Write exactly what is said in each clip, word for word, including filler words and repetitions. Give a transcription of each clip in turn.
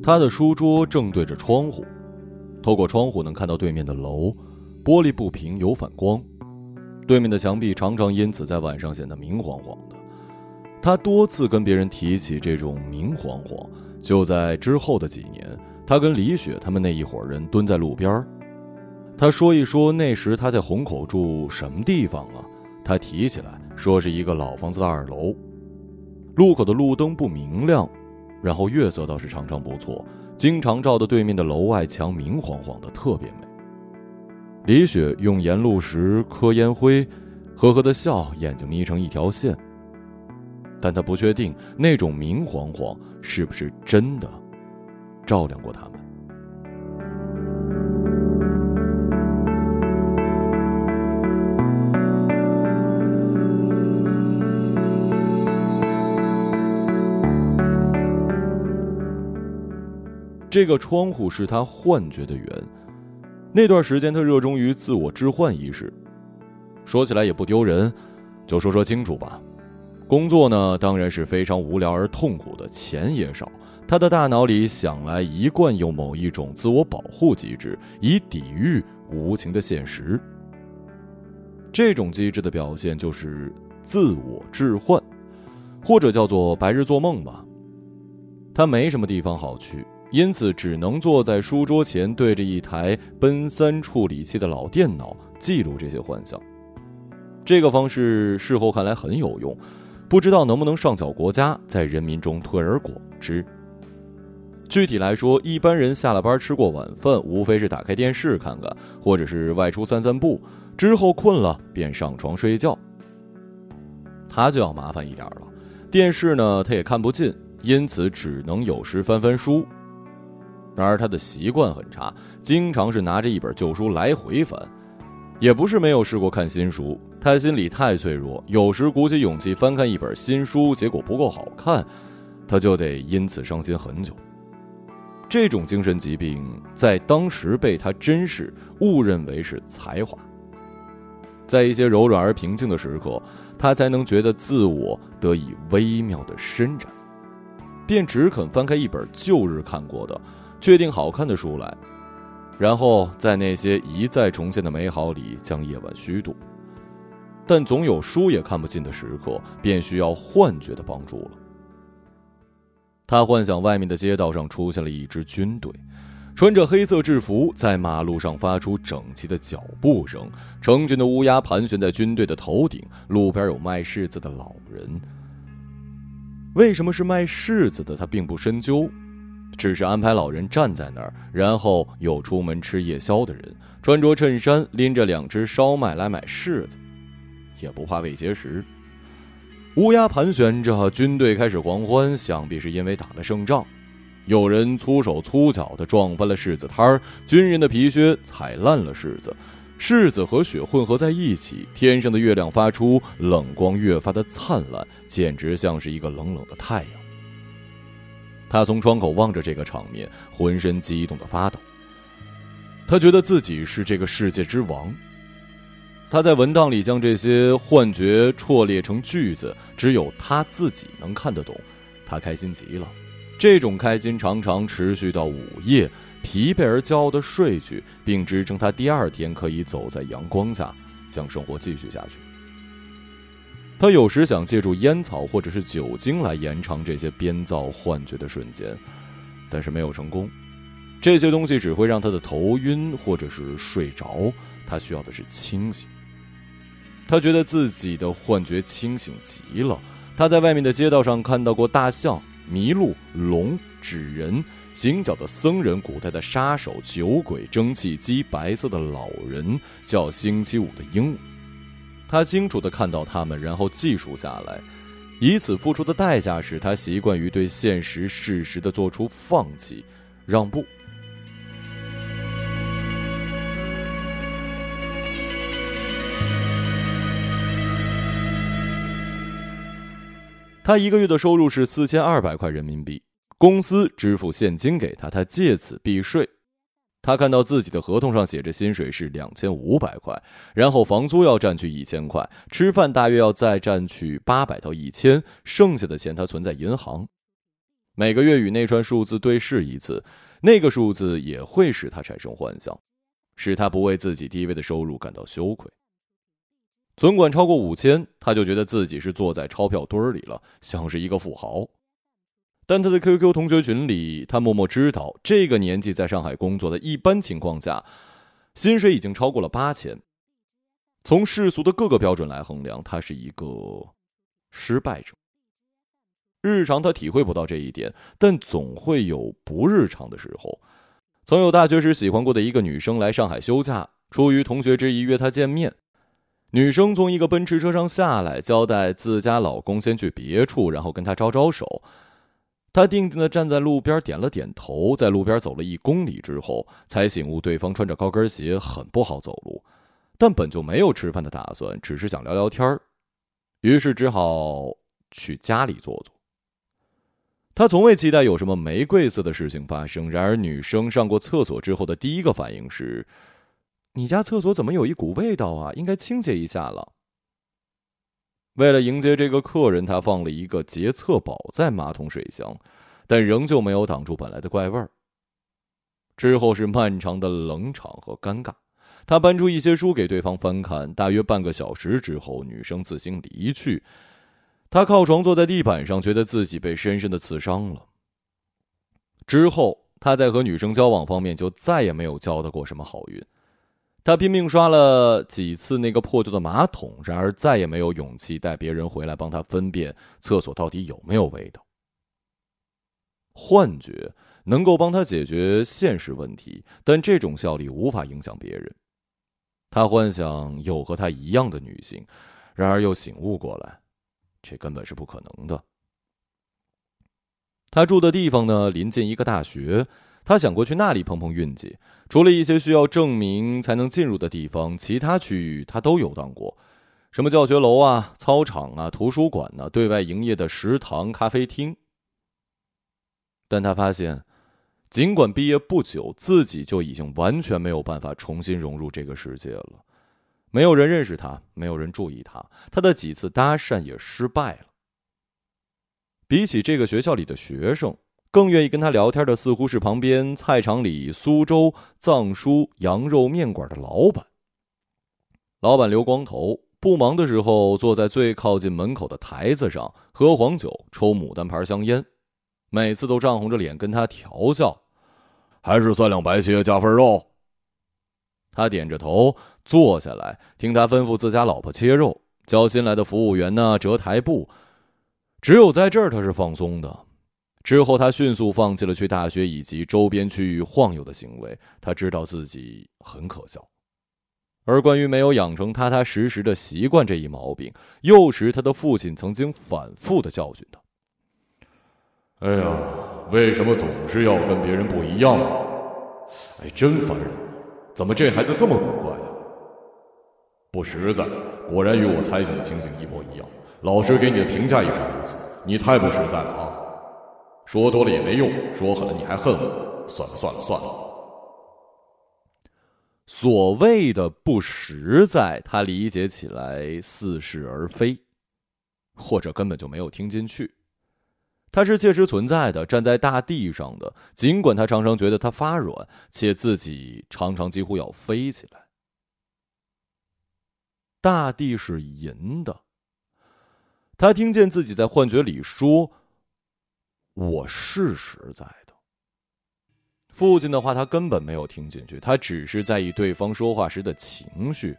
他的书桌正对着窗户，透过窗户能看到对面的楼，玻璃不平有反光，对面的墙壁常常因此在晚上显得明晃晃的。他多次跟别人提起这种明晃晃，就在之后的几年，他跟李雪他们那一伙人蹲在路边，他说一说那时他在虹口住什么地方啊？他提起来说是一个老房子的二楼，路口的路灯不明亮，然后月色倒是常常不错，经常照得对面的楼外墙明晃晃的，特别美。李雪用沿路时磕烟灰，呵呵的笑，眼睛眯成一条线，但他不确定那种明晃晃是不是真的照亮过他们。这个窗户是他幻觉的源，那段时间他热衷于自我置换仪式。说起来也不丢人，就说说清楚吧。工作呢，当然是非常无聊而痛苦的，钱也少，他的大脑里想来一贯有某一种自我保护机制，以抵御无情的现实。这种机制的表现就是自我置换，或者叫做白日做梦吧。他没什么地方好去，因此只能坐在书桌前，对着一台奔三处理器的老电脑记录这些幻想。这个方式事后看来很有用，不知道能不能上缴国家，在人民中推而广之。具体来说，一般人下了班吃过晚饭，无非是打开电视看看，或者是外出散散步，之后困了便上床睡觉。他就要麻烦一点了，电视呢他也看不进，因此只能有时翻翻书。然而他的习惯很差，经常是拿着一本旧书来回翻。也不是没有试过看新书，他心里太脆弱，有时鼓起勇气翻看一本新书，结果不够好看，他就得因此伤心很久。这种精神疾病在当时被他珍视，误认为是才华。在一些柔软而平静的时刻，他才能觉得自我得以微妙的伸展，便只肯翻开一本旧日看过的确定好看的书来，然后在那些一再重现的美好里将夜晚虚度。但总有书也看不进的时刻，便需要幻觉的帮助了。他幻想外面的街道上出现了一支军队，穿着黑色制服，在马路上发出整齐的脚步声，成群的乌鸦盘旋在军队的头顶，路边有卖柿子的老人。为什么是卖柿子的他并不深究，只是安排老人站在那儿，然后有出门吃夜宵的人，穿着衬衫，拎着两只烧麦来买柿子，也不怕胃结石。乌鸦盘旋着，军队开始狂欢，想必是因为打了胜仗。有人粗手粗脚地撞翻了柿子摊儿，军人的皮靴踩烂了柿子，柿子和雪混合在一起，天上的月亮发出冷光，越发的灿烂，简直像是一个冷冷的太阳。他从窗口望着这个场面，浑身激动地发抖。他觉得自己是这个世界之王。他在文档里将这些幻觉错列成句子，只有他自己能看得懂。他开心极了，这种开心常常持续到午夜，疲惫而骄傲地睡去，并支撑他第二天可以走在阳光下，将生活继续下去。他有时想借助烟草或者是酒精来延长这些编造幻觉的瞬间，但是没有成功。这些东西只会让他的头晕或者是睡着，他需要的是清醒。他觉得自己的幻觉清醒极了，他在外面的街道上看到过大象、麋鹿、龙、纸人、行脚的僧人、古代的杀手、酒鬼、蒸汽机、白色的老人，叫星期五的鹦鹉。他清楚地看到他们，然后记述下来，以此付出的代价是他习惯于对现实事实的做出放弃、让步。他一个月的收入是四千二百块人民币，公司支付现金给他，他借此避税。他看到自己的合同上写着薪水是两千五百块，然后房租要占去一千块，吃饭大约要再占去八百到一千，剩下的钱他存在银行。 每个月与那串数字对视一次，那个数字也会使他产生幻想，使他不为自己低微的收入感到羞愧。存款超过五千，他就觉得自己是坐在钞票堆里了，像是一个富豪。但他的 Q Q 同学群里，他默默知道，这个年纪在上海工作的一般情况下，薪水已经超过了八千。从世俗的各个标准来衡量，他是一个失败者。日常他体会不到这一点，但总会有不日常的时候。曾有大学时喜欢过的一个女生来上海休假，出于同学之谊约她见面。女生从一个奔驰车上下来，交代自家老公先去别处，然后跟她招招手。她定定地站在路边点了点头，在路边走了一公里之后，才醒悟对方穿着高跟鞋很不好走路，但本就没有吃饭的打算，只是想聊聊天，于是只好去家里坐坐。他从未期待有什么玫瑰色的事情发生，然而女生上过厕所之后的第一个反应是：你家厕所怎么有一股味道啊？应该清洁一下了。为了迎接这个客人，他放了一个洁厕宝在马桶水箱，但仍旧没有挡住本来的怪味儿。之后是漫长的冷场和尴尬。他搬出一些书给对方翻看，大约半个小时之后，女生自行离去。他靠床坐在地板上，觉得自己被深深的刺伤了。之后，他在和女生交往方面就再也没有交到过什么好运。他拼命刷了几次那个破旧的马桶，然而再也没有勇气带别人回来帮他分辨厕所到底有没有味道。幻觉能够帮他解决现实问题，但这种效力无法影响别人。他幻想有和他一样的女性，然而又醒悟过来，这根本是不可能的。他住的地方呢，临近一个大学，他想过去那里碰碰运气。除了一些需要证明才能进入的地方，其他区域他都游荡过，什么教学楼啊、操场啊、图书馆啊、对外营业的食堂、咖啡厅。但他发现，尽管毕业不久，自己就已经完全没有办法重新融入这个世界了。没有人认识他，没有人注意他，他的几次搭讪也失败了。比起这个学校里的学生，更愿意跟他聊天的似乎是旁边菜场里苏州藏书羊肉面馆的老板。老板留光头，不忙的时候坐在最靠近门口的台子上喝黄酒，抽牡丹牌香烟，每次都涨红着脸跟他调笑：还是三两白切加份肉。他点着头坐下来，听他吩咐自家老婆切肉，教新来的服务员呢折台布。只有在这儿他是放松的。之后他迅速放弃了去大学以及周边区域晃悠的行为，他知道自己很可笑。而关于没有养成踏踏实实的习惯这一毛病，幼时他的父亲曾经反复的教训他：哎呀，为什么总是要跟别人不一样啊？哎，真烦人，怎么这孩子这么古怪啊？不实在，果然与我猜想的情景一模一样。老师给你的评价也是如此，你太不实在了啊！说多了也没用，说狠了你还恨我。算了算了算了。所谓的不实在，他理解起来似是而非，或者根本就没有听进去。它是切实存在的，站在大地上的，尽管他常常觉得它发软，且自己常常几乎要飞起来。大地是银的。他听见自己在幻觉里说：我是实在的。父亲的话他根本没有听进去，他只是在意对方说话时的情绪。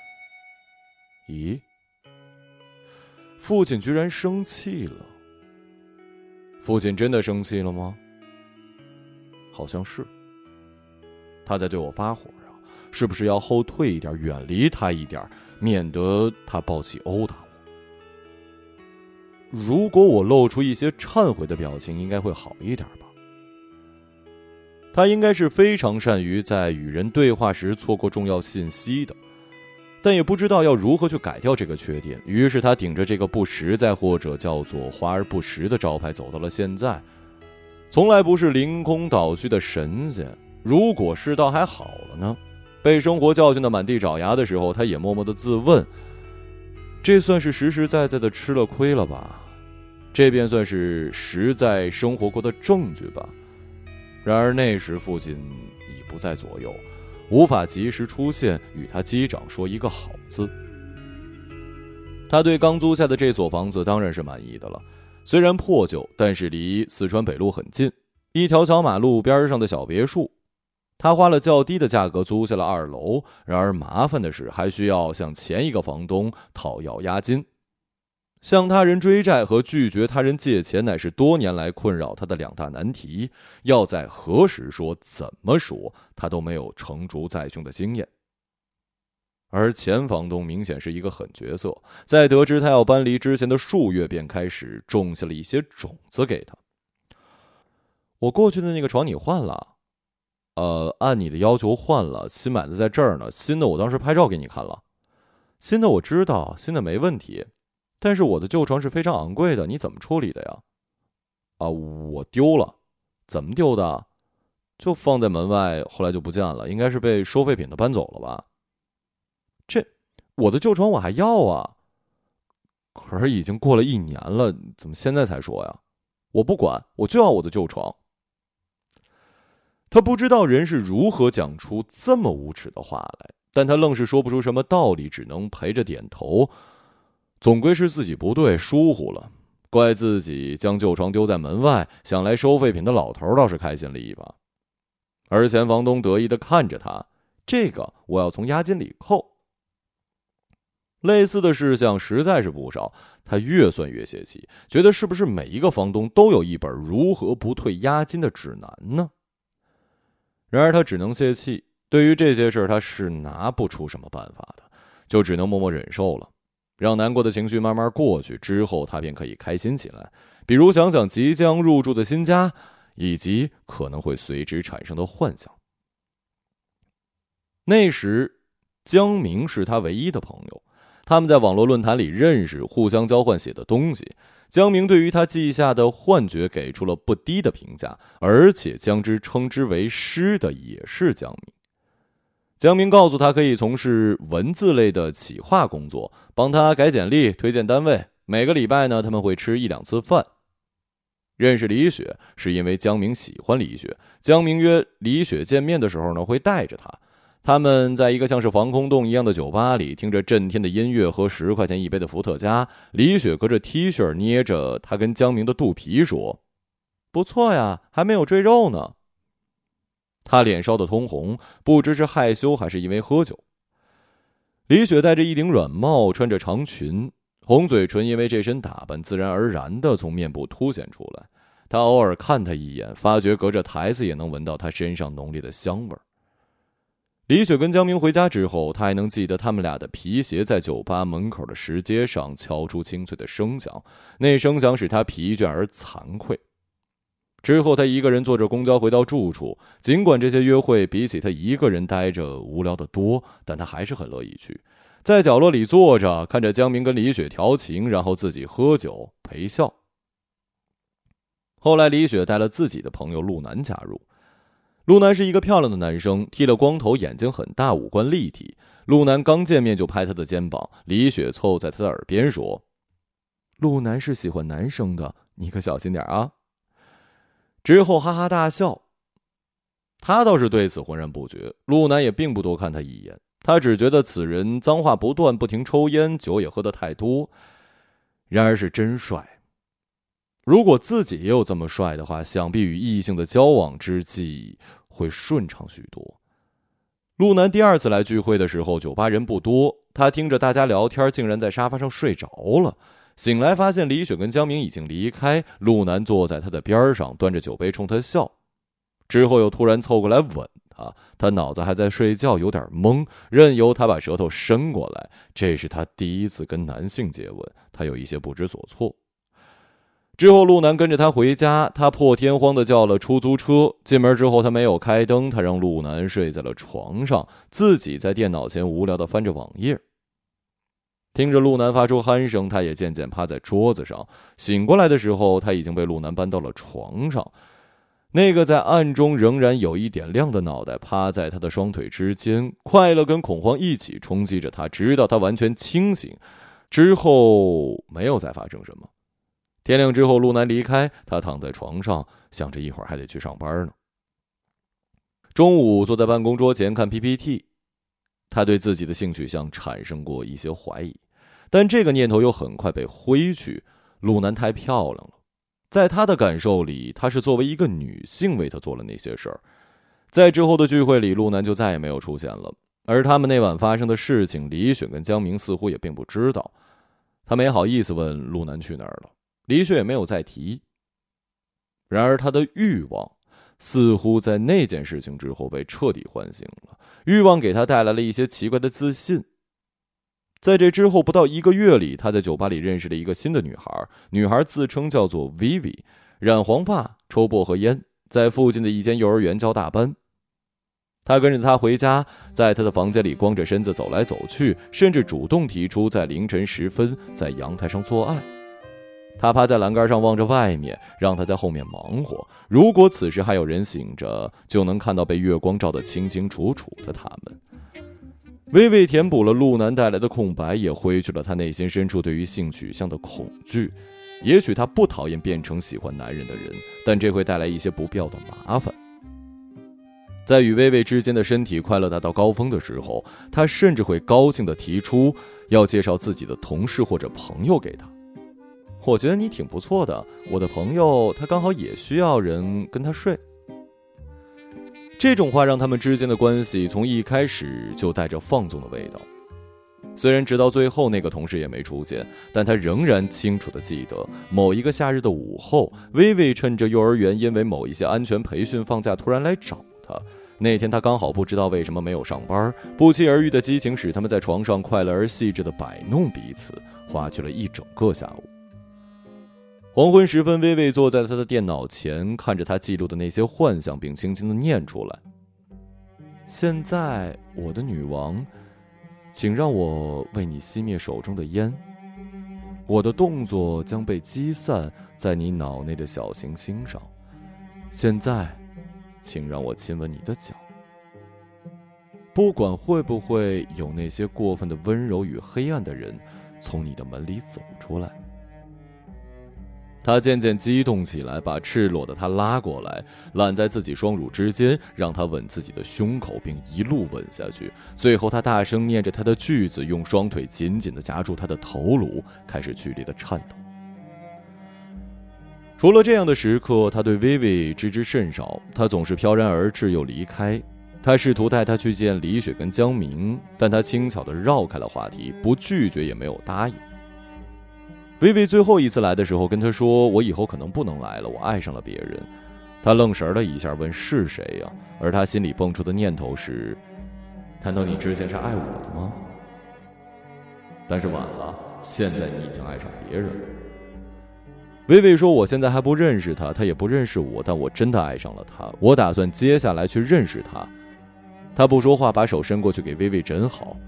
咦，父亲居然生气了。父亲真的生气了吗？好像是。他在对我发火啊，是不是要后退一点，远离他一点，免得他暴起殴打我？如果我露出一些忏悔的表情，应该会好一点吧。他应该是非常善于在与人对话时错过重要信息的，但也不知道要如何去改掉这个缺点。于是他顶着这个不实在或者叫做华而不实的招牌走到了现在。从来不是凌空倒虚的神仙，如果世道还好了呢？被生活教训的满地找牙的时候，他也默默地自问，这算是实实在在的吃了亏了吧？ 这便算是实在生活过的证据吧。然而那时父亲已不在左右，无法及时出现与他击掌说一个好字。他对刚租下的这所房子当然是满意的了，虽然破旧，但是离四川北路很近，一条小马路边上的小别墅。他花了较低的价格租下了二楼，然而麻烦的是还需要向前一个房东讨要押金。向他人追债和拒绝他人借钱乃是多年来困扰他的两大难题，要在何时说怎么说，他都没有成竹在胸的经验。而前房东明显是一个狠角色，在得知他要搬离之前的数月便开始种下了一些种子给他。我过去的那个床你换了？呃，按你的要求换了，新买的在这儿呢，新的我当时拍照给你看了。新的我知道，新的没问题，但是我的旧床是非常昂贵的，你怎么处理的呀？啊，我丢了。怎么丢的？就放在门外，后来就不见了，应该是被收废品的搬走了吧？这，我的旧床我还要啊。可是已经过了一年了，怎么现在才说呀？我不管，我就要我的旧床。他不知道人是如何讲出这么无耻的话来，但他愣是说不出什么道理，只能陪着点头。总归是自己不对，疏忽了，怪自己将旧床丢在门外，想来收废品的老头倒是开心了一把。而前房东得意地看着他，这个我要从押金里扣。类似的事项实在是不少，他越算越泄气，觉得是不是每一个房东都有一本如何不退押金的指南呢？然而他只能泄气，对于这些事他是拿不出什么办法的，就只能默默忍受了，让难过的情绪慢慢过去，之后他便可以开心起来，比如想想即将入住的新家，以及可能会随之产生的幻想。那时江明是他唯一的朋友，他们在网络论坛里认识，互相交换写的东西。江明对于他记下的幻觉给出了不低的评价，而且将之称之为诗的也是江明。江明告诉他可以从事文字类的企划工作，帮他改简历，推荐单位，每个礼拜呢他们会吃一两次饭。认识李雪是因为江明喜欢李雪，江明约李雪见面的时候呢会带着他。他们在一个像是防空洞一样的酒吧里，听着震天的音乐，喝十块钱一杯的伏特加。李雪隔着 T 恤捏着他跟江明的肚皮说：“不错呀，还没有赘肉呢。”他脸烧得通红，不知是害羞还是因为喝酒。李雪戴着一顶软帽，穿着长裙，红嘴唇因为这身打扮自然而然地从面部凸显出来。他偶尔看他一眼，发觉隔着台子也能闻到他身上浓烈的香味儿。李雪跟江明回家之后，他还能记得他们俩的皮鞋在酒吧门口的石阶上敲出清脆的声响，那声响使他疲倦而惭愧。之后他一个人坐着公交回到住处，尽管这些约会比起他一个人待着无聊得多，但他还是很乐意去，在角落里坐着，看着江明跟李雪调情，然后自己喝酒陪笑。后来李雪带了自己的朋友陆南加入。陆南是一个漂亮的男生，剃了光头，眼睛很大，五官立体。陆南刚见面就拍他的肩膀，李雪凑在他的耳边说：“陆南是喜欢男生的，你可小心点啊。”之后哈哈大笑。他倒是对此浑然不觉，陆南也并不多看他一眼，他只觉得此人脏话不断，不停抽烟，酒也喝得太多。然而是真帅。如果自己也有这么帅的话，想必与异性的交往之际会顺畅许多。陆南第二次来聚会的时候，酒吧人不多，他听着大家聊天，竟然在沙发上睡着了。醒来发现李雪跟江明已经离开，陆南坐在他的边上，端着酒杯冲他笑。之后又突然凑过来吻他，他脑子还在睡觉，有点懵，任由他把舌头伸过来。这是他第一次跟男性接吻，他有一些不知所措。之后陆南跟着他回家，他破天荒地叫了出租车。进门之后他没有开灯，他让陆南睡在了床上，自己在电脑前无聊地翻着网页。听着陆南发出鼾声，他也渐渐趴在桌子上。醒过来的时候，他已经被陆南搬到了床上。那个在暗中仍然有一点亮的脑袋趴在他的双腿之间，快乐跟恐慌一起冲击着他，直到他完全清醒之后没有再发生什么。 天亮之后，陆南离开，他躺在床上，想着一会儿还得去上班呢。中午坐在办公桌前看 P P T， 他对自己的性取向产生过一些怀疑，但这个念头又很快被挥去。陆南太漂亮了，在他的感受里，她是作为一个女性为他做了那些事儿。在之后的聚会里，陆南就再也没有出现了，而他们那晚发生的事情，李雪跟江明似乎也并不知道。他没好意思问陆南去哪儿了，李雪也没有再提。然而他的欲望似乎在那件事情之后被彻底唤醒了，欲望给他带来了一些奇怪的自信。在这之后不到一个月里，他在酒吧里认识了一个新的女孩，女孩自称叫做 Vivi， 染黄发，抽薄荷烟，在附近的一间幼儿园教大班。他跟着她回家，在她的房间里光着身子走来走去，甚至主动提出在凌晨时分在阳台上做爱。他趴在栏杆上望着外面，让他在后面忙活。如果此时还有人醒着，就能看到被月光照得清清楚楚的他们。微微填补了陆南带来的空白，也挥去了他内心深处对于性取向的恐惧。也许他不讨厌变成喜欢男人的人，但这会带来一些不必要的麻烦。在与微微之间的身体快乐达到高峰的时候，他甚至会高兴地提出要介绍自己的同事或者朋友给他。我觉得你挺不错的，我的朋友他刚好也需要人跟他睡。这种话让他们之间的关系从一开始就带着放纵的味道。虽然直到最后那个同事也没出现，但他仍然清楚地记得某一个夏日的午后，微微趁着幼儿园因为某一些安全培训放假突然来找他。那天他刚好不知道为什么没有上班，不期而遇的激情使他们在床上快乐而细致地摆弄彼此，花去了一整个下午。黄昏时分，微微坐在他的电脑前，看着他记录的那些幻想，并轻轻地念出来：现在，我的女王，请让我为你熄灭手中的烟，我的动作将被击散在你脑内的小行星上。现在请让我亲吻你的脚，不管会不会有那些过分的温柔与黑暗的人从你的门里走出来。他渐渐激动起来，把赤裸的他拉过来，揽在自己双乳之间，让他吻自己的胸口，并一路吻下去。最后他大声念着他的句子，用双腿紧紧地夹住他的头颅，开始剧烈的颤抖。除了这样的时刻，他对薇薇知之甚少，他总是飘然而至又离开。他试图带他去见李雪跟江明，但他轻巧地绕开了话题，不拒绝也没有答应。薇薇最后一次来的时候跟他说，我以后可能不能来了，我爱上了别人。他愣神了一下，问是谁呀？而他心里蹦出的念头是，难道你之前是爱我的吗？但是晚了，现在你已经爱上别人了。薇薇说，我现在还不认识他，他也不认识我，但我真的爱上了他，我打算接下来去认识他。他不说话，把手伸过去给薇薇枕好。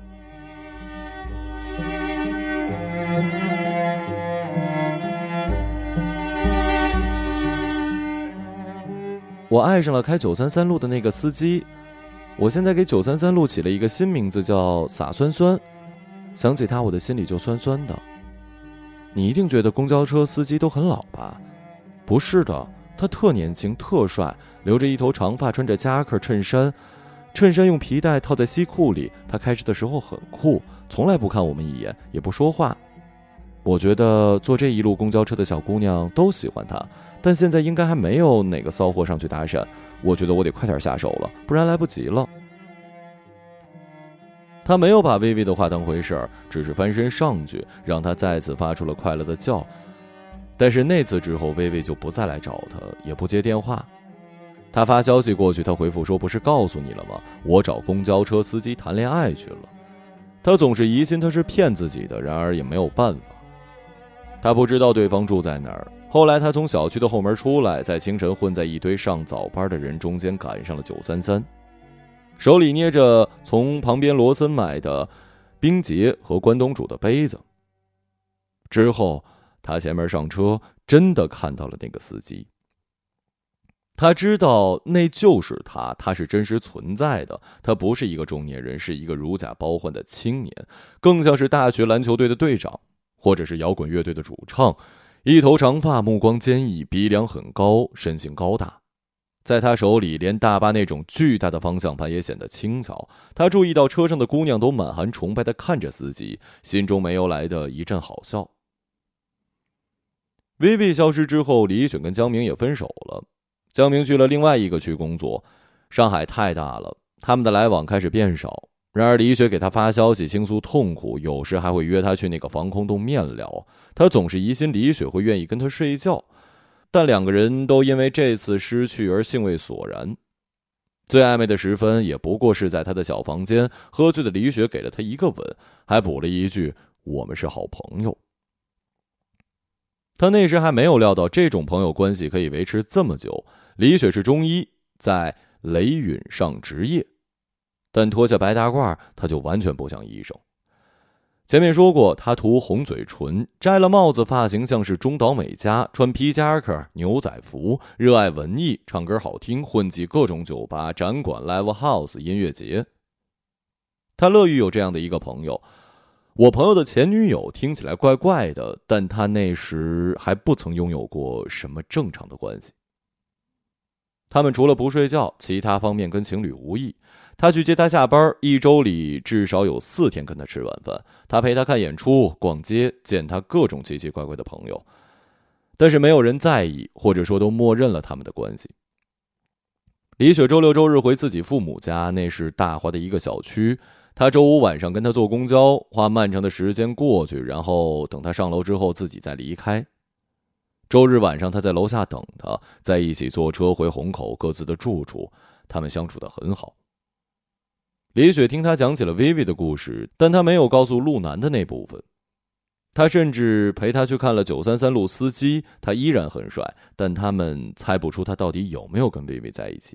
我爱上了开九三三路的那个司机，我现在给九三三路起了一个新名字，叫洒酸酸。想起他，我的心里就酸酸的。你一定觉得公交车司机都很老吧？不是的，他特年轻特帅，留着一头长发，穿着夹克衬衫，衬衫用皮带套在西裤里。他开车的时候很酷，从来不看我们一眼，也不说话。我觉得坐这一路公交车的小姑娘都喜欢他，但现在应该还没有哪个骚货上去搭讪。我觉得我得快点下手了，不然来不及了。他没有把薇薇的话当回事儿，只是翻身上去，让她再次发出了快乐的叫。但是那次之后，薇薇就不再来找他，也不接电话。他发消息过去，他回复说，不是告诉你了吗？我找公交车司机谈恋爱去了。他总是疑心他是骗自己的，然而也没有办法。他不知道对方住在哪儿。后来他从小区的后门出来，在清晨混在一堆上早班的人中间赶上了九三三，手里捏着从旁边罗森买的冰结和关东煮的杯子。之后他前面上车，真的看到了那个司机。他知道那就是他，他是真实存在的，他不是一个中年人，是一个如假包换的青年，更像是大学篮球队的队长，或者是摇滚乐队的主唱， 一头长发，目光坚毅，鼻梁很高，身形高大。在他手里，连大巴那种巨大的方向盘也显得轻巧。他注意到车上的姑娘都满含崇拜地看着司机，心中没由来的一阵好笑。薇薇消失之后，李雪跟江明也分手了。江明去了另外一个区工作，上海太大了，他们的来往开始变少。然而李雪给他发消息倾诉痛苦，有时还会约他去那个防空洞面聊。他总是疑心李雪会愿意跟他睡觉，但两个人都因为这次失去而兴味索然。最暧昧的时分也不过是在他的小房间，喝醉的李雪给了他一个吻，还补了一句我们是好朋友。他那时还没有料到这种朋友关系可以维持这么久。李雪是中医，在雷允上执业，但脱下白大褂，他就完全不像医生。前面说过，他涂红嘴唇，摘了帽子，发型像是中岛美嘉，穿皮夹克、牛仔服，热爱文艺，唱歌好听，混迹各种酒吧、展馆、live house、音乐节。他乐于有这样的一个朋友。我朋友的前女友听起来怪怪的，但他那时还不曾拥有过什么正常的关系。他们除了不睡觉，其他方面跟情侣无异。他去接他下班，一周里至少有四天跟他吃晚饭。他陪他看演出、逛街，见他各种奇奇怪怪的朋友，但是没有人在意，或者说都默认了他们的关系。李雪周六周日回自己父母家，那是大华的一个小区。他周五晚上跟他坐公交，花漫长的时间过去，然后等他上楼之后自己再离开。周日晚上他在楼下等他，在一起坐车回虹口各自的住处，他们相处得很好。李雪听他讲起了薇薇的故事，但他没有告诉陆南的那部分。他甚至陪他去看了九三三路司机，他依然很帅，但他们猜不出他到底有没有跟薇薇在一起。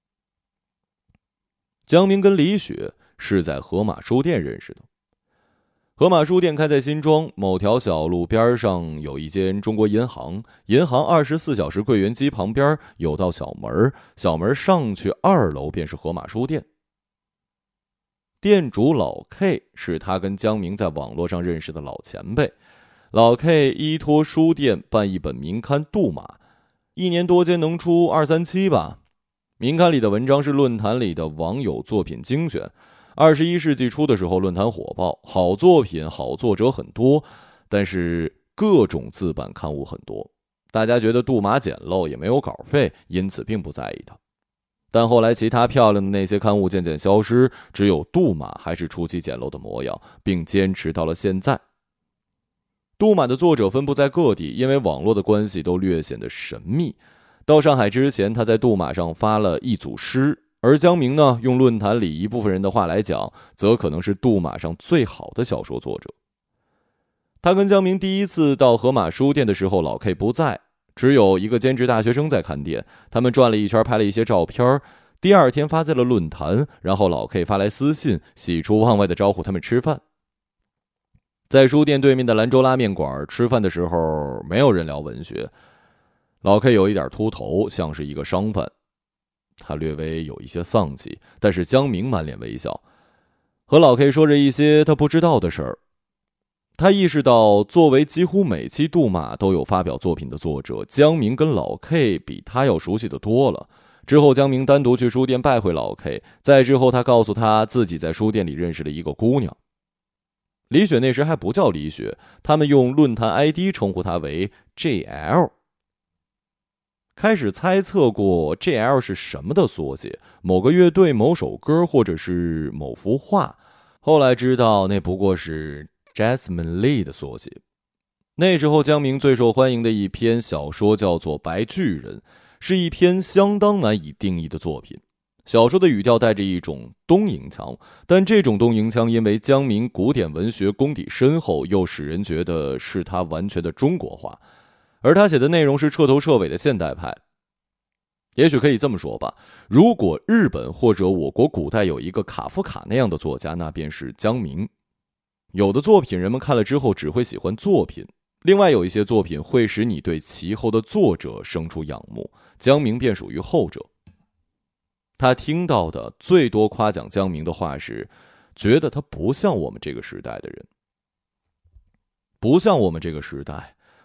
江明跟李雪是在河马书店认识的。河马书店开在新庄某条小路边上，有一间中国银行，银行二十四小时柜员机旁边有道小门，小门上去二楼便是河马书店。店主老 K 是他跟江明在网络上认识的老前辈。老 K 依托书店办一本民刊《杜马》，一年多间能出二三期吧。民刊里的文章是论坛里的网友作品精选。二十一世纪初的时候，论坛火爆，好作品、好作者很多，但是各种自版刊物很多，大家觉得杜马简陋，也没有稿费，因此并不在意它。但后来其他漂亮的那些刊物渐渐消失，只有杜马还是初期简陋的模样，并坚持到了现在。杜马的作者分布在各地，因为网络的关系都略显得神秘。到上海之前，他在杜马上发了一组诗，而江明呢，用论坛里一部分人的话来讲，则可能是杜马上最好的小说作者。他跟江明第一次到河马书店的时候，老 K 不在，只有一个兼职大学生在看店。他们转了一圈，拍了一些照片，第二天发在了论坛，然后老 K 发来私信，喜出望外的招呼他们吃饭。在书店对面的兰州拉面馆吃饭的时候，没有人聊文学。老 K 有一点秃头，像是一个商贩，他略微有一些丧气，但是江明满脸微笑，和老 K 说着一些他不知道的事儿。他意识到，作为几乎每期杜马都有发表作品的作者，江明跟老 K 比他要熟悉的多了。之后江明单独去书店拜会老 K， 再之后他告诉他自己在书店里认识了一个姑娘。李雪那时还不叫李雪，他们用论坛 I D 称呼她为 J L。开始猜测过 J L 是什么的缩写，某个乐队、某首歌，或者是某幅画。后来知道那不过是 Jasmine Lee 的缩写。那时候江明最受欢迎的一篇小说叫做《白巨人》，是一篇相当难以定义的作品。小说的语调带着一种东瀛腔，但这种东瀛腔因为江明古典文学功底深厚，又使人觉得是他完全的中国化。而他写的内容是彻头彻尾的现代派。也许可以这么说吧，如果日本或者我国古代有一个卡夫卡那样的作家，那便是江明。有的作品人们看了之后只会喜欢作品，另外有一些作品会使你对其后的作者生出仰慕，江明便属于后者。他听到的最多夸奖江明的话是，觉得他不像我们这个时代的人。不像我们这个时代，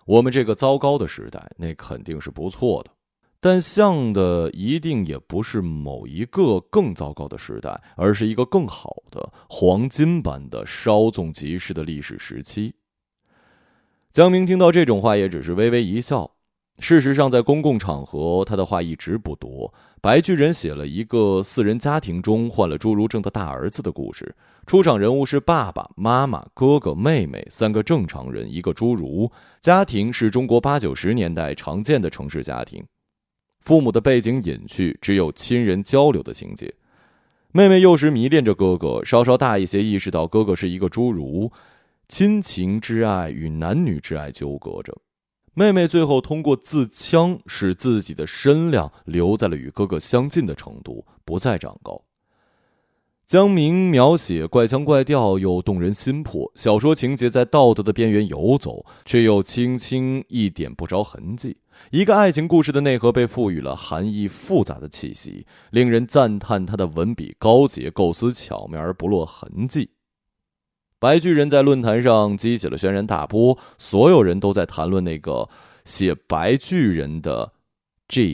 我们这个糟糕的时代，那肯定是不错的。但像的一定也不是某一个更糟糕的时代，而是一个更好的黄金般的稍纵即逝的历史时期。江明听到这种话也只是微微一笑。事实上，在公共场合他的话一直不多。白巨人写了一个四人家庭中患了侏儒症的大儿子的故事，出场人物是爸爸妈妈哥哥妹妹三个正常人一个侏儒，家庭是中国八九十年代常见的城市家庭，父母的背景隐去，只有亲人交流的情节。妹妹幼时迷恋着哥哥，稍稍大一些意识到哥哥是一个侏儒，亲情之爱与男女之爱纠葛着。妹妹最后通过自戕使自己的身量留在了与哥哥相近的程度，不再长高。江明描写怪腔怪调又动人心魄，小说情节在道德的边缘游走，却又轻轻一点不着痕迹。一个爱情故事的内核被赋予了含义复杂的气息，令人赞叹他的文笔高洁，构思巧妙而不落痕迹。白巨人在论坛上激起了轩然大波，所有人都在谈论那个写白巨人的 G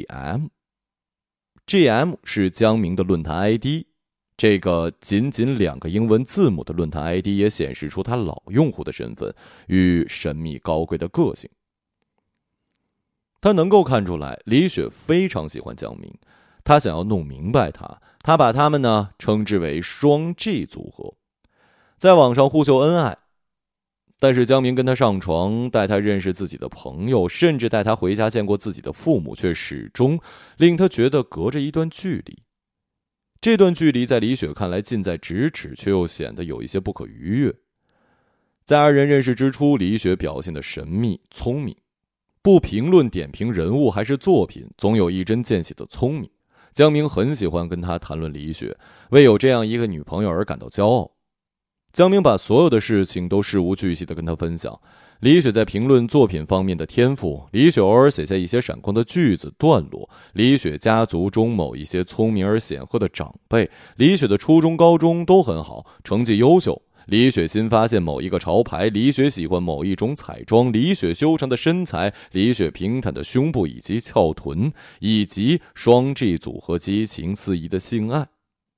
M。G M 是江明的论坛 I D， 这个仅仅两个英文字母的论坛 I D 也显示出他老用户的身份与神秘高贵的个性。他能够看出来李雪非常喜欢江明，他想要弄明白他，他把他们呢称之为双 G 组合，在网上互秀恩爱。但是江明跟他上床，带他认识自己的朋友，甚至带他回家见过自己的父母，却始终令他觉得隔着一段距离。这段距离在李雪看来近在咫尺，却又显得有一些不可逾越。在二人认识之初，李雪表现得神秘聪明，不评论点评人物还是作品，总有一针见血的聪明。江明很喜欢跟他谈论李雪，为有这样一个女朋友而感到骄傲。江明把所有的事情都事无巨细地跟他分享，李雪在评论作品方面的天赋，李雪偶尔写下一些闪光的句子段落，李雪家族中某一些聪明而显赫的长辈，李雪的初中高中都很好，成绩优秀，李雪新发现某一个潮牌，李雪喜欢某一种彩妆，李雪修长的身材，李雪平坦的胸部以及翘臀，以及双 G 组合激情四溢的性爱。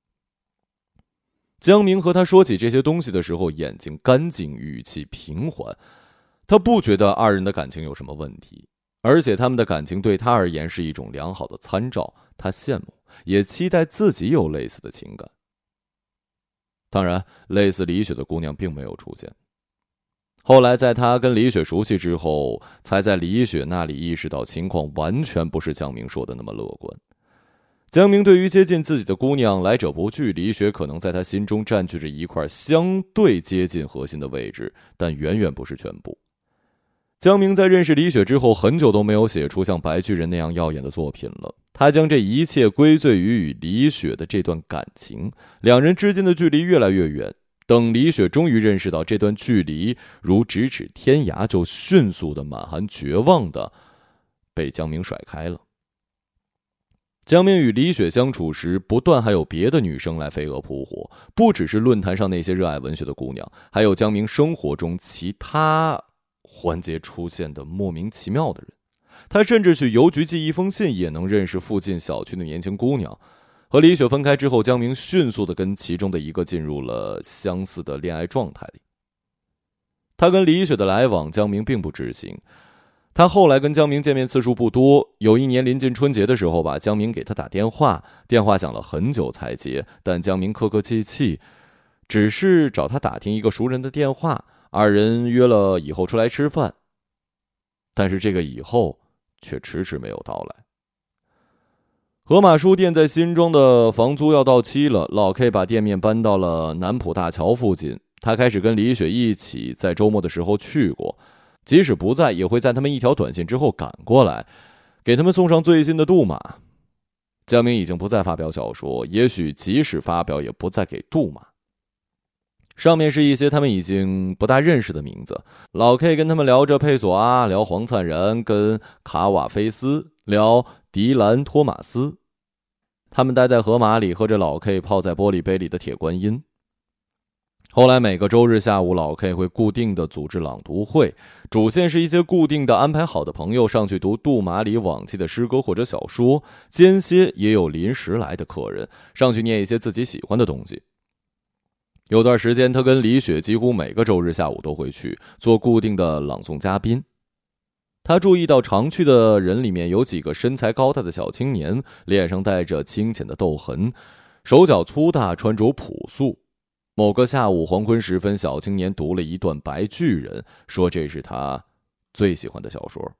江明和他说起这些东西的时候，眼睛干净，语气平缓。他不觉得二人的感情有什么问题，而且他们的感情对他而言是一种良好的参照。他羡慕，也期待自己有类似的情感。当然，类似李雪的姑娘并没有出现。后来在他跟李雪熟悉之后，才在李雪那里意识到情况完全不是江明说的那么乐观。江明对于接近自己的姑娘来者不拒，李雪可能在他心中占据着一块相对接近核心的位置，但远远不是全部。江明在认识李雪之后，很久都没有写出像白巨人那样耀眼的作品了。他将这一切归罪于与李雪的这段感情，两人之间的距离越来越远。等李雪终于认识到这段距离如咫尺天涯，就迅速的满含绝望的被江明甩开了。江明与李雪相处时，不断还有别的女生来飞蛾扑火，不只是论坛上那些热爱文学的姑娘，还有江明生活中其他环节出现的莫名其妙的人。他甚至去邮局寄一封信，也能认识附近小区的年轻姑娘。和李雪分开之后，江明迅速地跟其中的一个进入了相似的恋爱状态里。他跟李雪的来往，江明并不知情。他后来跟江明见面次数不多，有一年临近春节的时候吧，江明给他打电话，电话响了很久才接，但江明客客气气，只是找他打听一个熟人的电话，二人约了以后出来吃饭。但是这个以后却迟迟没有到来。河马书店在新庄的房租要到期了，老 K 把店面搬到了南浦大桥附近。他开始跟李雪一起在周末的时候去过，即使不在，也会在他们一条短信之后赶过来，给他们送上最新的杜马。江明已经不再发表小说，也许即使发表，也不再给杜马。上面是一些他们已经不大认识的名字。老 K 跟他们聊着佩索阿，聊黄灿然，跟卡瓦菲斯，聊迪兰托马斯。他们待在河马里，喝着老 K 泡在玻璃杯里的铁观音。 后来每个周日下午，老 K 会固定的组织朗读会，主线是一些固定的安排好的朋友上去读杜马里往期的诗歌或者小说，间歇也有临时来的客人上去念一些自己喜欢的东西。有段时间他跟李雪几乎每个周日下午都会去做固定的朗诵嘉宾。他注意到常去的人里面有几个身材高大的小青年，脸上带着清浅的痘痕，手脚粗大，穿着朴素。某个下午黄昏时分，小青年读了一段《白巨人》，说这是他最喜欢的小说。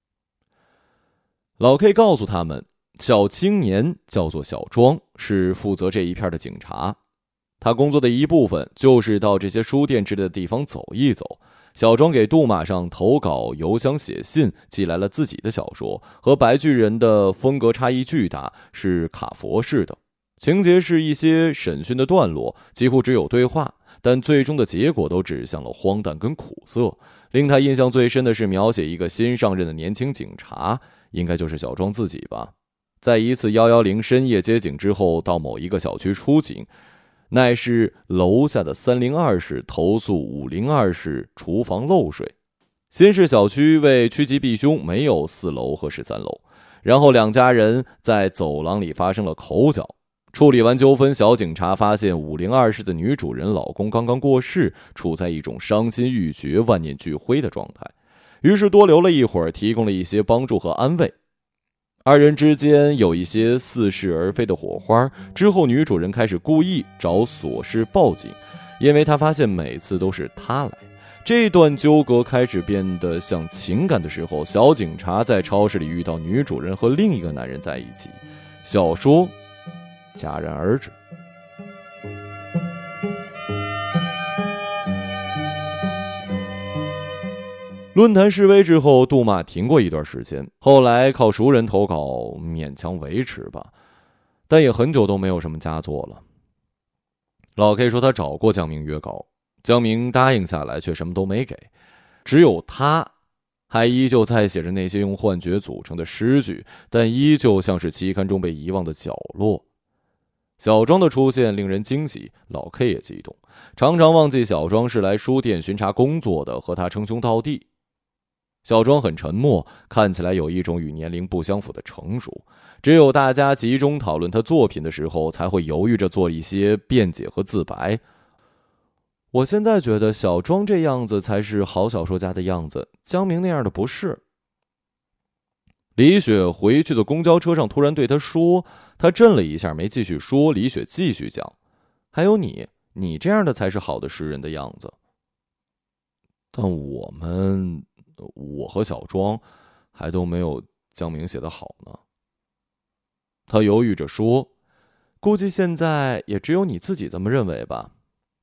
老 K 告诉他们，小青年叫做小庄，是负责这一片的警察。他工作的一部分就是到这些书店之类的地方走一走。小庄给杜马上投稿邮箱写信，寄来了自己的小说，和白巨人的风格差异巨大，是卡佛式的，情节是一些审讯的段落，几乎只有对话，但最终的结果都指向了荒诞跟苦涩。令他印象最深的是描写一个新上任的年轻警察，应该就是小庄自己吧，在一次一一零深夜接警之后，到某一个小区出警，乃是楼下的三零二室投诉五零二室厨房漏水。新市小区为趋吉避凶，没有四楼和十三楼。然后两家人在走廊里发生了口角。处理完纠纷，小警察发现五零二室的女主人老公刚刚过世，处在一种伤心欲绝、万念俱灰的状态。于是多留了一会儿，提供了一些帮助和安慰。二人之间有一些似是而非的火花，之后女主人开始故意找琐事报警，因为她发现每次都是她来。这段纠葛开始变得像情感的时候，小警察在超市里遇到女主人和另一个男人在一起，小说戛然而止。论坛示威之后，杜马停过一段时间，后来靠熟人投稿勉强维持吧，但也很久都没有什么佳作了。老 K 说他找过江明约稿，江明答应下来却什么都没给，只有他还依旧在写着那些用幻觉组成的诗句，但依旧像是期刊中被遗忘的角落。小庄的出现令人惊喜，老 K 也激动，常常忘记小庄是来书店巡查工作的，和他称兄道弟。小庄很沉默，看起来有一种与年龄不相符的成熟，只有大家集中讨论他作品的时候，才会犹豫着做一些辩解和自白。我现在觉得小庄这样子才是好小说家的样子，江明那样的不是。李雪回去的公交车上突然对他说，他震了一下，没继续说。李雪继续讲，还有你，你这样的才是好的诗人的样子。但我们我和小庄还都没有江明写得好呢。他犹豫着说，估计现在也只有你自己这么认为吧。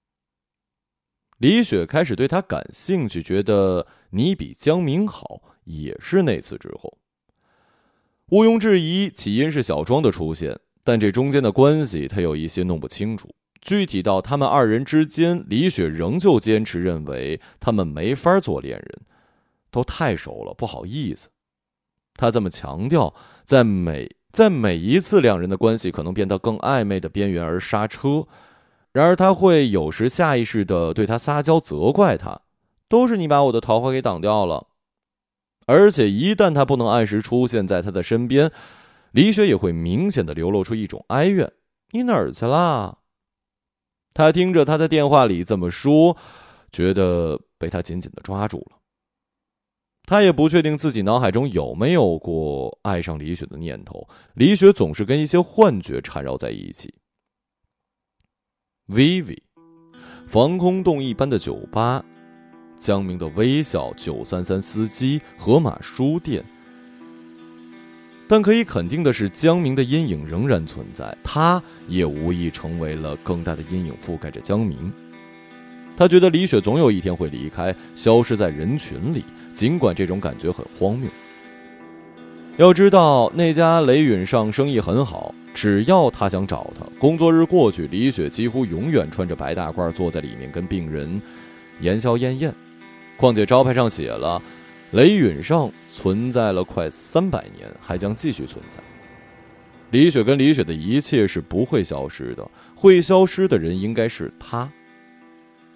李雪开始对他感兴趣，觉得你比江明好，也是那次之后。毋庸置疑，起因是小庄的出现，但这中间的关系他有一些弄不清楚。具体到他们二人之间，李雪仍旧坚持认为他们没法做恋人，都太熟了，不好意思。他这么强调，在每在每一次两人的关系可能变得更暧昧的边缘而刹车。然而他会有时下意识地对他撒娇，责怪他，都是你把我的桃花给挡掉了。而且一旦他不能按时出现在他的身边，李雪也会明显地流露出一种哀怨，你哪儿去了？他听着他在电话里这么说，觉得被他紧紧地抓住了。他也不确定自己脑海中有没有过爱上李雪的念头，李雪总是跟一些幻觉缠绕在一起。Vivi 防空洞一般的酒吧，江明的微笑，九三三司机，河马书店。但可以肯定的是，江明的阴影仍然存在，他也无疑成为了更大的阴影，覆盖着江明。他觉得李雪总有一天会离开，消失在人群里，尽管这种感觉很荒谬。要知道那家雷允上生意很好，只要他想找他，工作日过去，李雪几乎永远穿着白大褂坐在里面跟病人言笑晏晏。况且招牌上写了雷允上存在了快三百年，还将继续存在。李雪跟李雪的一切是不会消失的，会消失的人应该是他。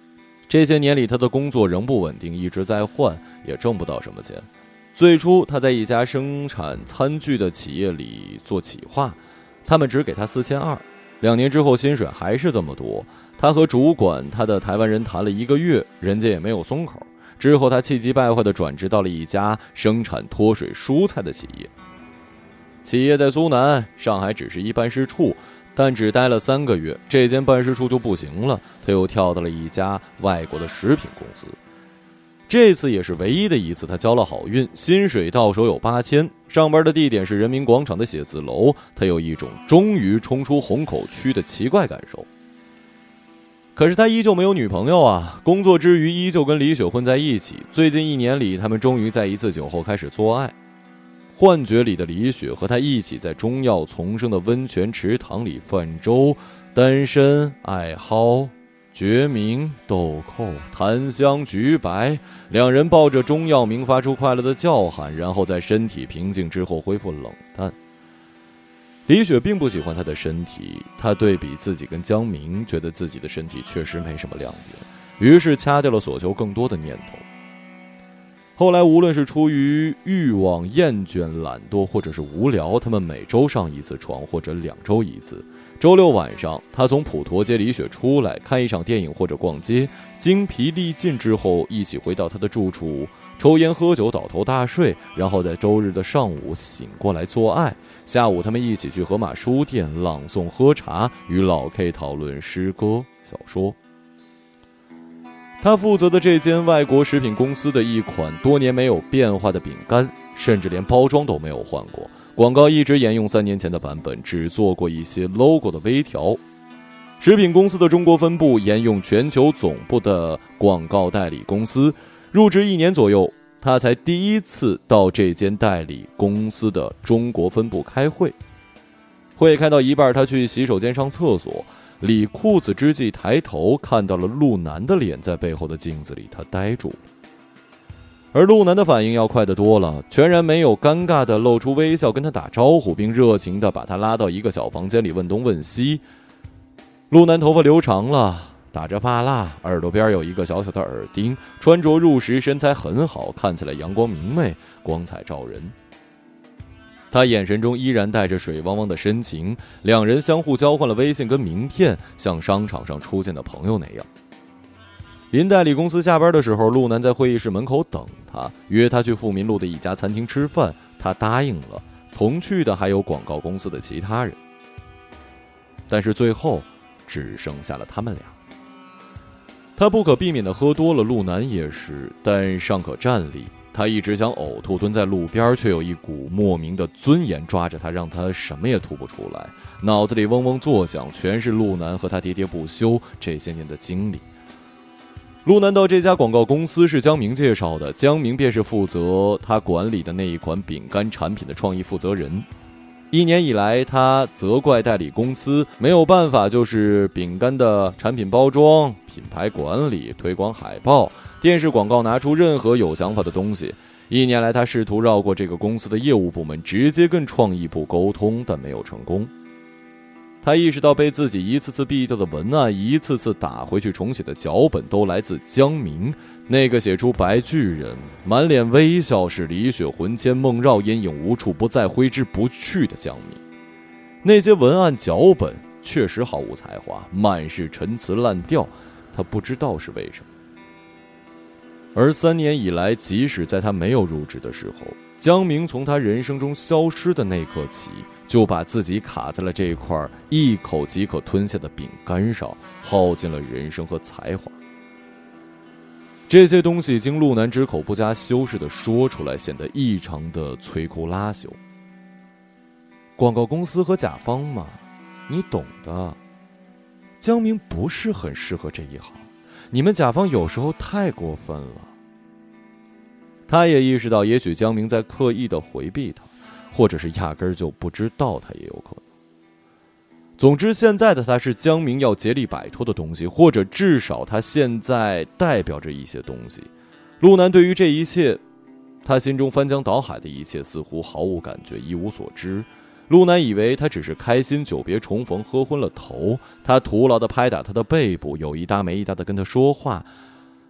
这些年里，他的工作仍不稳定，一直在换，也挣不到什么钱。最初他在一家生产餐具的企业里做企划，他们只给他四千二，两年之后薪水还是这么多。他和主管他的台湾人谈了一个月，人家也没有松口。之后他气急败坏地转职到了一家生产脱水蔬菜的企业，企业在苏南，上海只是一办事处，但只待了三个月，这间办事处就不行了，他又跳到了一家外国的食品公司。这次也是唯一的一次他交了好运，薪水到手有八千，上班的地点是人民广场的写字楼，他有一种终于冲出虹口区的奇怪感受。可是他依旧没有女朋友啊，工作之余依旧跟李雪混在一起。最近一年里，他们终于在一次酒后开始做爱。幻觉里的李雪和他一起在中药丛生的温泉池塘里泛舟，单身、爱蒿、决明、豆蔻、檀香、橘白，两人抱着中药名发出快乐的叫喊，然后在身体平静之后恢复冷淡。李雪并不喜欢他的身体，她对比自己跟江明，觉得自己的身体确实没什么亮点，于是掐掉了所求更多的念头。后来无论是出于欲望、厌倦、懒惰，或者是无聊，他们每周上一次床，或者两周一次。周六晚上，他从普陀接李雪出来，看一场电影或者逛街，精疲力尽之后，一起回到他的住处，抽烟喝酒，倒头大睡，然后在周日的上午醒过来做爱。下午他们一起去河马书店朗诵喝茶，与老 K 讨论诗歌小说。他负责的这间外国食品公司的一款多年没有变化的饼干，甚至连包装都没有换过，广告一直沿用三年前的版本，只做过一些 logo 的微调。食品公司的中国分部沿用全球总部的广告代理公司，入职一年左右，他才第一次到这间代理公司的中国分部开会。会开到一半，他去洗手间上厕所，理裤子之际抬头看到了陆南的脸在背后的镜子里，他呆住了。而陆南的反应要快得多了，全然没有尴尬地露出微笑跟他打招呼，并热情地把他拉到一个小房间里问东问西。陆南头发留长了，打着发蜡，耳朵边有一个小小的耳钉，穿着入时，身材很好，看起来阳光明媚，光彩照人。他眼神中依然带着水汪汪的深情，两人相互交换了微信跟名片，像商场上出现的朋友那样。临代理公司下班的时候，陆南在会议室门口等他，约他去富民路的一家餐厅吃饭，他答应了，同去的还有广告公司的其他人。但是最后只剩下了他们俩。他不可避免地喝多了，陆南也是，但尚可站立。他一直想呕吐，蹲在路边，却有一股莫名的尊严抓着他，让他什么也吐不出来。脑子里嗡嗡作响，全是陆南和他喋喋不休这些年的经历。陆南到这家广告公司是江明介绍的，江明便是负责他管理的那一款饼干产品的创意负责人。一年以来，他责怪代理公司没有办法，就是饼干的产品包装、品牌管理、推广海报、电视广告拿出任何有想法的东西。一年来，他试图绕过这个公司的业务部门，直接跟创意部沟通，但没有成功。他意识到被自己一次次毙掉的文案，一次次打回去重写的脚本，都来自江明，那个写出白巨人满脸微笑，使李雪魂牵梦绕，阴影无处不在，挥之不去的江明。那些文案脚本确实毫无才华，满是陈词滥调，他不知道是为什么。而三年以来，即使在他没有入职的时候，江明从他人生中消失的那刻起，就把自己卡在了这块一口即可吞下的饼干上，耗尽了人生和才华。这些东西经陆南之口不加修饰地说出来，显得异常的摧枯拉朽。广告公司和甲方嘛，你懂的。江明不是很适合这一行，你们甲方有时候太过分了。他也意识到，也许江明在刻意的回避他，或者是压根儿就不知道他也有可能。总之，现在的他是江明要竭力摆脱的东西，或者至少他现在代表着一些东西。陆南对于这一切，他心中翻江倒海的一切似乎毫无感觉，一无所知。陆南以为他只是开心，久别重逢，喝昏了头。他徒劳地拍打他的背部，有一搭没一搭地跟他说话。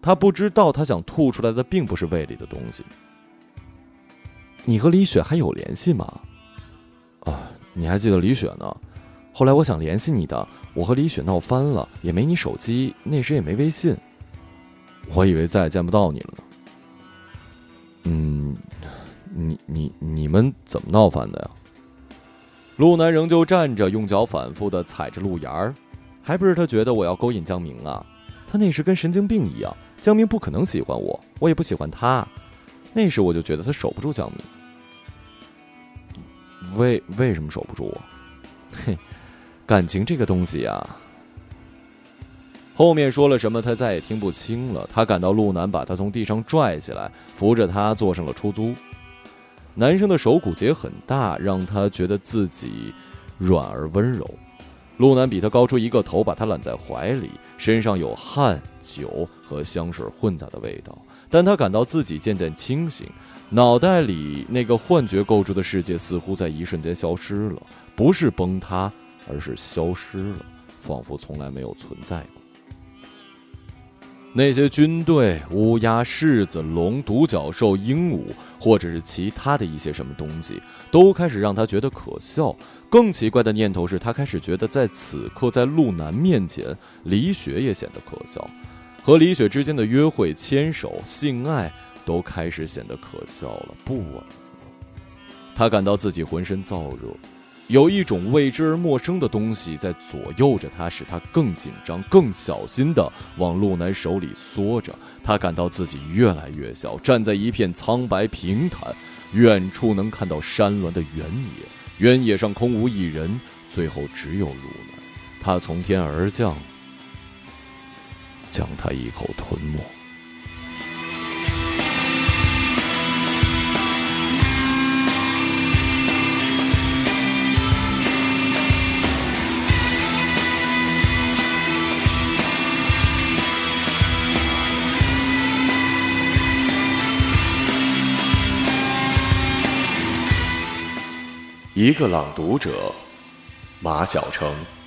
他不知道他想吐出来的并不是胃里的东西。你和李雪还有联系吗？啊，你还记得李雪呢？后来我想联系你的，我和李雪闹翻了，也没你手机，那时也没微信，我以为再也见不到你了呢。嗯，你你你们怎么闹翻的呀？陆南仍旧站着，用脚反复地踩着路沿儿，还不是他觉得我要勾引江明啊？他那时跟神经病一样，江明不可能喜欢我，我也不喜欢他。那时我就觉得他守不住江明。为为什么守不住我？嘿，感情这个东西呀。后面说了什么他再也听不清了。他感到陆南把他从地上拽起来，扶着他坐上了出租。男生的手骨节很大，让他觉得自己软而温柔。陆南比他高出一个头，把他揽在怀里，身上有汗、酒和香水混杂的味道，但他感到自己渐渐清醒，脑袋里那个幻觉构筑的世界似乎在一瞬间消失了，不是崩塌，而是消失了，仿佛从来没有存在过。那些军队、乌鸦、柿子、龙、独角兽、鹦鹉，或者是其他的一些什么东西，都开始让他觉得可笑。更奇怪的念头是，他开始觉得在此刻，在陆南面前，李雪也显得可笑。和李雪之间的约会、牵手、性爱，都开始显得可笑了，不稳了。他感到自己浑身燥热，有一种未知而陌生的东西在左右着他，使他更紧张、更小心地往陆南手里缩着。他感到自己越来越小，站在一片苍白平坦，远处能看到山峦的原野，原野上空无一人，最后只有陆南。他从天而降，将他一口吞没。 一个朗读者，马晓成。